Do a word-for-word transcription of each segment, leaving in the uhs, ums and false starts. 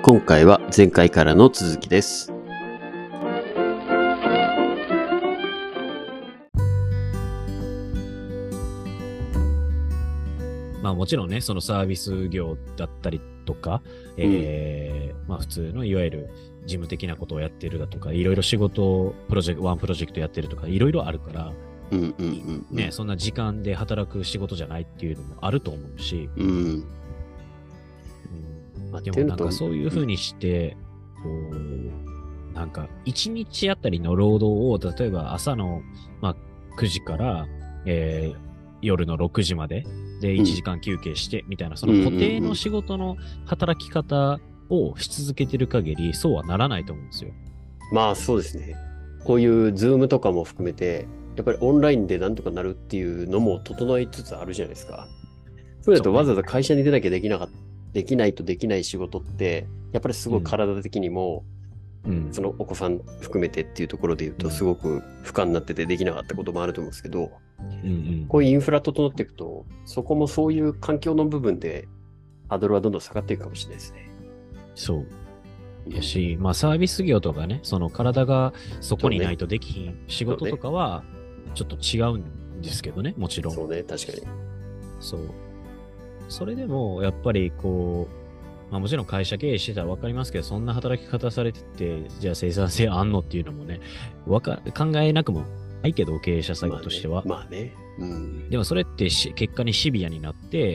今回は前回からの続きです。 まあもちろんね、そのサービス業だったりとか、うん、えー、まあ普通のいわゆる事務的なことをやってるだとか、いろいろ仕事をプロジェクト、ワンプロジェクトやってるとか、いろいろあるから、 うんうんうんうん、 ね、そんな時間で働く仕事じゃないっていうのもあると思うし、 うんうんうん、でもなんかそういうふうにして、うん、こう、なんか一日あたりの労働を、例えば朝の、まあ、くじから、えー、夜のろくじまで、で、いちじかん休憩してみたいな、うん、その固定の仕事の働き方をし続けてる限り、そうはならないと思うんですよ。 まあそうですね。こういうズームとかも含めて、やっぱりオンラインでなんとかなるっていうのも整いつつあるじゃないですか。それだとわざわざ会社に出なきゃできなかった、できないとできない仕事って、やっぱりすごい体的にも、うん、そのお子さん含めてっていうところで言うと、すごく負荷になっててできなかったこともあると思うんですけど、うんうん、こういうインフラ整っていくと、そこもそういう環境の部分でハードルはどんどん下がっていくかもしれないですね。 そう。やし、まあサービス業とかね、その体がそこにないとできひん、ね、仕事とかはちょっと違うんですけどね、もちろん。 そうね、確かに。 そう。それでも、やっぱりこう、まあもちろん会社経営してたら分かりますけど、そんな働き方されてて、じゃあ生産性あんのっていうのもね、わか考えなくもないけど、経営者サイドとしては。 まあね。まあね。うん、 でもそれってし結果にシビアになって、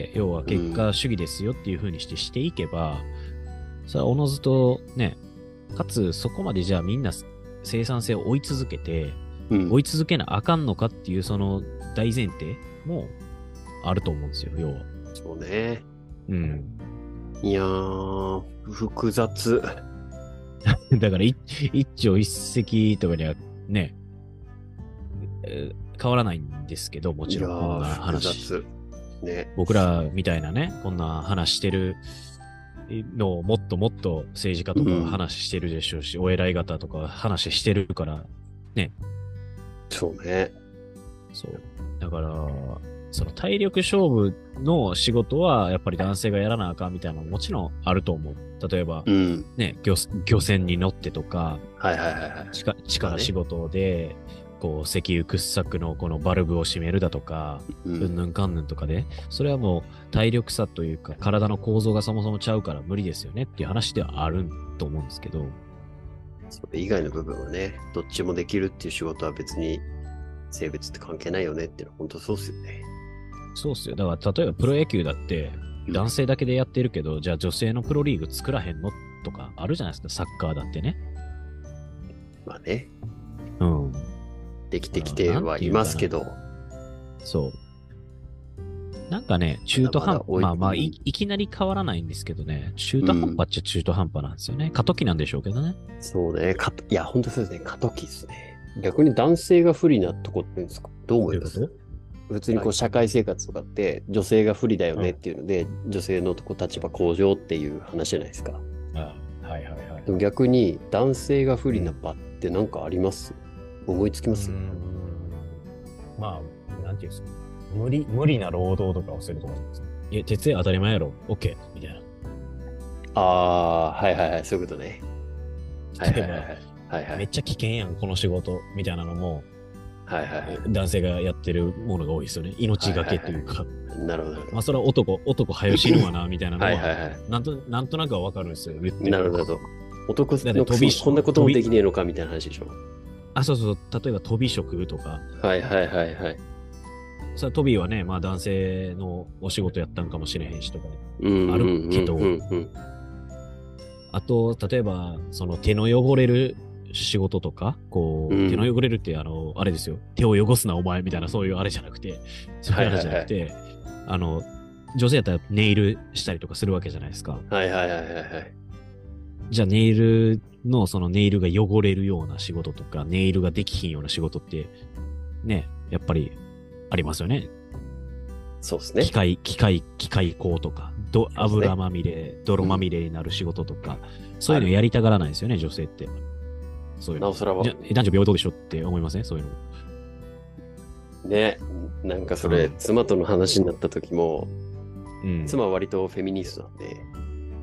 要は結果主義ですよっていう風にしてしていけば、うん、それはおのずとね、かつそこまでじゃあみんな生産性を追い続けて、うん、追い続けなあかんのかっていうその大前提もあると思うんですよ、要は。 そうね。 うん。 いやー、複雑。 だから一朝一夕とかにはね、えー、変わらないんですけど、もちろんこんな話。 ね、 僕らみたいなね、こんな話してるのをもっともっと政治家とか話してるでしょうし、うん、お偉い方とか話してるから、ね。 そうね。 そう。だから、その体力勝負の仕事はやっぱり男性がやらなあかんみたいなのももちろんあると思う。例えば、うん、ね、漁、漁船に乗ってとか、 はいはいはいはい。 力仕事で、こう、石油掘削のこのバルブを閉めるだとか、うんぬんかんぬんとかで、それはもう体力差というか、体の構造がそもそもちゃうから無理ですよねっていう話ではあると思うんですけど。 それ以外の部分はね、どっちもできるっていう仕事は別に性別って関係ないよねっていうのは本当そうっすよね。 そうっすよ。だから例えばプロ野球だって男性だけでやってるけど、うん、じゃあ女性のプロリーグ作らへんのとかあるじゃないですか、サッカーだってね。 まあね。 うん。 できてきてはいますけど。 そう。なんかね、中途半端、まあまあい、いきなり変わらないんですけどね、中途半端っちゃ中途半端なんですよね。うん、過渡期なんでしょうけどね。 そうね。かいや、本当そうですね。過渡期ですね。逆に男性が不利なとこってんですか？どう思います？どういうこと？普通にこう社会生活とかって女性が不利だよねっていうので、うん、女性のこう立場向上っていう話じゃないですか。 ああ、はいはいはい。 でも逆に男性が不利な場って何かあります？うん、思いつきます？うん、 まあ、なんていうんですか。無理、無理な労働とかをするとかですか。いや、徹夜当たり前やろ。OK みたいな。 ああ、はいはいはい、そういうことね。はいはいはいはい。はいはい、 めっちゃ危険やん、この仕事みたいなのも。 はいはいはい、 男性がやってるものが多いですよね。命がけというか。はいはいはい、なるほど。 まあ、それは男、男早死ぬわな、みたいなのは、はいはいはい、なんと、なんとなくはわかるんですよ。言ってる。 なるほど。男のくせにこんなこともできねえのかみたいな話でしょ。 あ、そうそう。例えば飛び職とか。 はいはいはいはい。 それ飛びはね、まあ男性のお仕事やったんかもしれへんしとかね。あるけど、あと、例えば、その手の汚れる仕事とか、こう、うん、手の汚れるって、あの、あれですよ。手を汚すなお前みたいな、そういうあれじゃなくて、そういうあれじゃなくて、はいはいはい、あの、女性やったらネイルしたりとかするわけじゃないですか。 はいはいはいはいはい。 じゃあネイルのそのネイルが汚れるような仕事とか、ネイルができひんような仕事って、ね、やっぱりありますよね。 そうですね。 機械、機械、機械工とか、ど油まみれ、ね、泥まみれになる仕事とか、うん、そういうのやりたがらないですよね、女性って。そういうの。 なおさらは。 男女平等でしょって思いますね、そういうの。ね、なんかそれ、うん、妻との話になった時も、うん、妻は割とフェミニストなんで、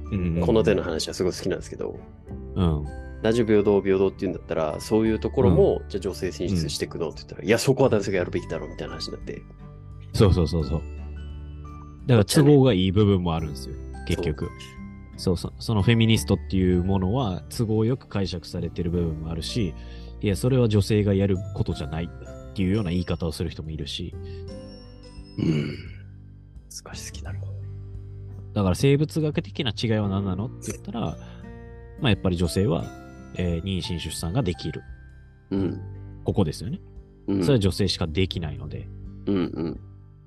うんうん、 この手の話はすごい好きなんですけど、 うん。 男女平等平等っていうんだったら、そういうところも、うん、じゃあ女性進出していくのって言ったら、うん、いや、そこは男性がやるべきだろうみたいな話になって。 そうそうそうそう。だから都合がいい部分もあるんですよ、結局。そうそう。そのフェミニストっていうものは都合よく解釈されてる部分もあるし、いや、それは女性がやることじゃないっていうような言い方をする人もいるし。 うん。難しすぎだろう。 だから生物学的な違いは何なのって言ったら、まあやっぱり女性は、えー、妊娠出産ができる。 うん。 ここですよね。うん、それは女性しかできないので。 うんうん。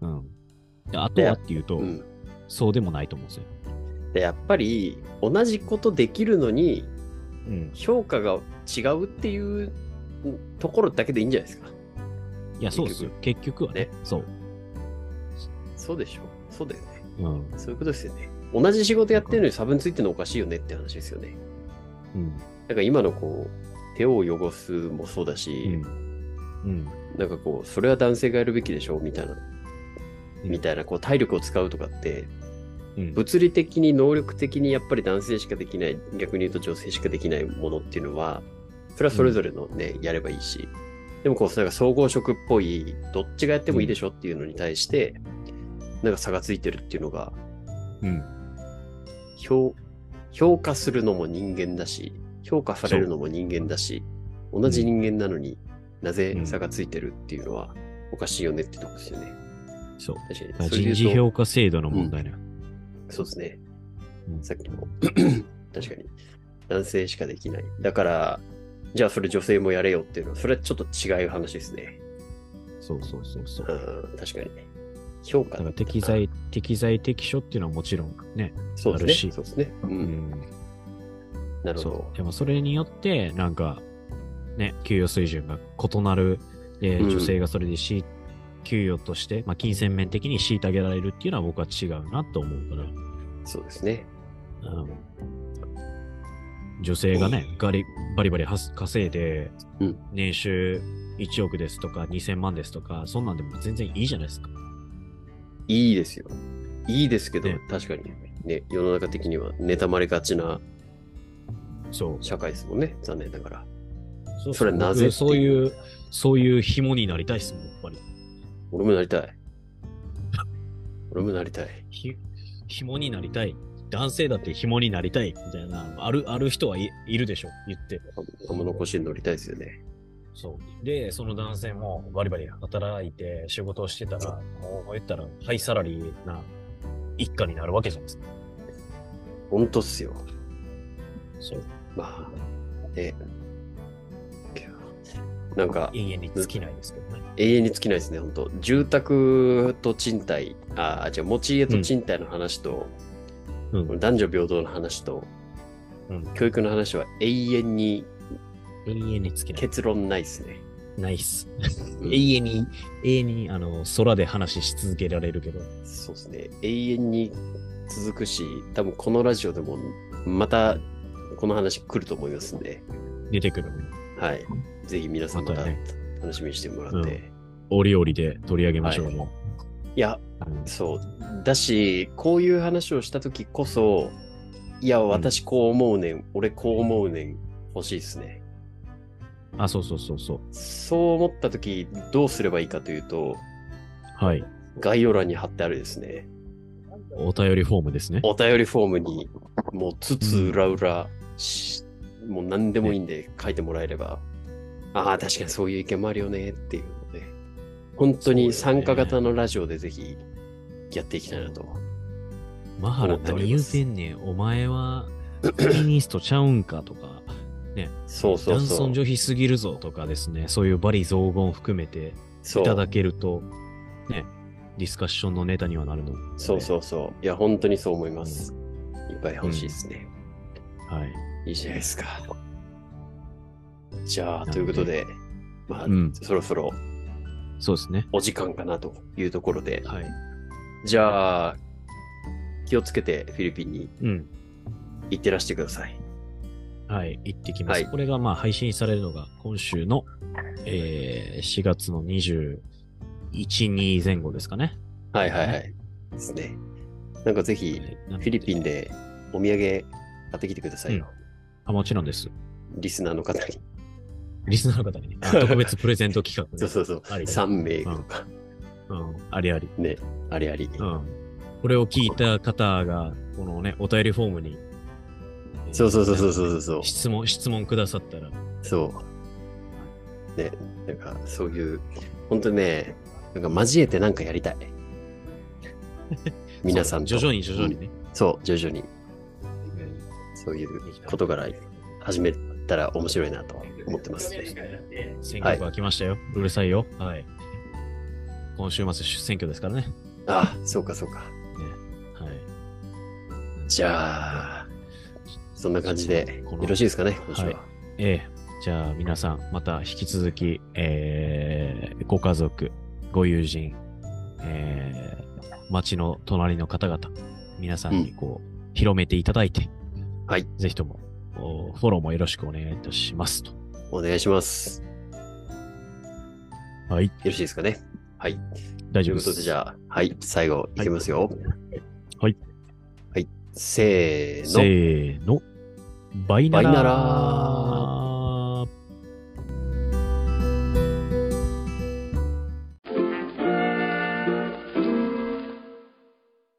うん。であとはっていうと、うん、そうでもないと思うんですよ。 でやっぱり同じことできるのに、うん、評価が違うっていうところだけでいいんじゃないですか。 いや、そうですよ。結局はね。ねそう。 そうでしょ。そうだよね。うん。そういうことですよね。同じ仕事やってるのに差分ついてるのおかしいよねって話ですよね。うん。なんか今のこう、手を汚すもそうだし、うん。うん、なんかこう、それは男性がやるべきでしょみたいな、うん、みたいな、こう、体力を使うとかって、うん、物理的に能力的にやっぱり男性しかできない、逆に言うと女性しかできないものっていうのは、それはそれぞれのね、うん、やればいいし、でもこう、なんか総合職っぽい、どっちがやってもいいでしょっていうのに対して、なんか差がついてるっていうのが、うん、評、評価するのも人間だし、評価されるのも人間だし、同じ人間なのになぜ差がついてるっていうのはおかしいよねってとこですよね。 そう。確かに。人事評価制度の問題ね。 うん、そうですね。うん、さっきの確かに男性しかできない。だから、じゃあそれ女性もやれよっていうのは、それはちょっと違う話ですね。 そうそうそうそう。 うん、確かにね。評価だから適材、適材適所っていうのはもちろんね、 そうですね、 あるし。 そうですね。うん。うん、なるほど。 でもそれによって、なんか、ね、給与水準が異なる、えー、女性がそれでし、うん、給与として、まあ、金銭面的に虐げられるっていうのは僕は違うなと思うから。 そうですね。 うん、女性がね、ガリバリバリ稼いで、うん、年収いちおくですとかにせんまんですとか、そんなんでも全然いいじゃないですか。 いいですよ。いいですけど、ね、確かにね、世の中的には妬まれがちな社会ですもんね、残念ながら。 そうそれなぜそういう、そういう紐になりたいっすもん、やっぱり。 俺もなりたい。俺もなりたい。 ひ、紐になりたい。男性だって紐になりたい。みたいな、ある、ある人はい、いるでしょ、言って。 玉の腰に乗りたいですよね。 そう。で、その男性もバリバリ働いて仕事をしてたら、もう言ったらハイサラリーな一家になるわけじゃないですか。 ほんとっすよ。 そう。 まあ、ね。なんか、 永遠に尽きないですけどね。 永遠に尽きないですね、本当住宅と賃貸、あ、じゃあ持ち家と賃貸の話と、うん、男女平等の話と、うん、教育の話は永遠に、 永遠に尽きない。 結論ないっすね。 ないっす。うん、永遠に、永遠に、あの、空で話し続けられるけど。 そうですね。永遠に続くし、多分このラジオでも、また、この話来ると思いますんで。 出てくる。 はい。ぜひ皆さんまた楽しみにしてもらって。まねうん、折々で取り上げましょう、はい、 いや、うん、そう。だし、こういう話をしたときこそ、いや、私こう思うねん、うん、俺こう思うねん、欲しいですね。 あ、そうそうそうそう。 そう思ったとき、どうすればいいかというと、 はい。 概要欄に貼ってあるですね。 お便りフォームですね。 お便りフォームに、もう、つつ裏裏、うん、もう何でもいいんで書いてもらえれば、ああ、確かにそういう意見もあるよねっていうので、本当に参加型のラジオでぜひやっていきたいなと。 マハラ何言うてんねん。お前はフェミニストちゃうんかとか、ね。 そうそうそう。 男尊女卑すぎるぞとかですね。そういう罵詈雑言含めていただけると、ね、ディスカッションのネタにはなるので。 そうそうそう。いや、本当にそう思います。うん、いっぱい欲しいですね、 うん。はい。 いいじゃないですか。じゃあ、ということで、まあ、うん、そろそろ、 そうですね。 お時間かなというところで、 はい。 じゃあ、気をつけてフィリピンに行ってらしてください。 うん、はい、行ってきます。はい、これがまあ配信されるのが今週の、えー、しがつのにじゅういち、に前後ですかね。 はいはいはい。ですね。なんかぜひ、フィリピンでお土産買ってきてくださいよ。 うん、あもちろんです。 リスナーの方に。 リスナーの方にね。特別プレゼント企画、ね。 そうそうそう。さんめいとか。 うん。うん、ありあり。 ね。ありあり。 うん。これを聞いた方が、このね、お便りフォームに。 そうそうそうそうそうそう。 質問、質問くださったら。 そう。ね。なんか、そういう、本当にね、なんか交えてなんかやりたい。皆さんと。 徐々に徐々にね、うん。 そう、徐々に。そういう事柄始めたら面白いなと思ってますね。 選挙が来ましたよ。はい、うるさいよ。はい。今週末選挙ですからね。 ああ、そうかそうか。ね、 はい。 じゃあ、そんな感じでよろしいですかね、今週は。はい、 ええ。じゃあ皆さん、また引き続き、えー、ご家族、ご友人、えー、町の隣の方々、皆さんにこう、うん、広めていただいて、 はい。 ぜひとも、フォローもよろしくお願いいたしますと。 お願いします。 はい。 よろしいですかね。はい。 大丈夫です。 ということで、じゃあ、はい、最後、いきますよ。 はい。 はい。せーの。 せーの。バイナラー。 バイナラー。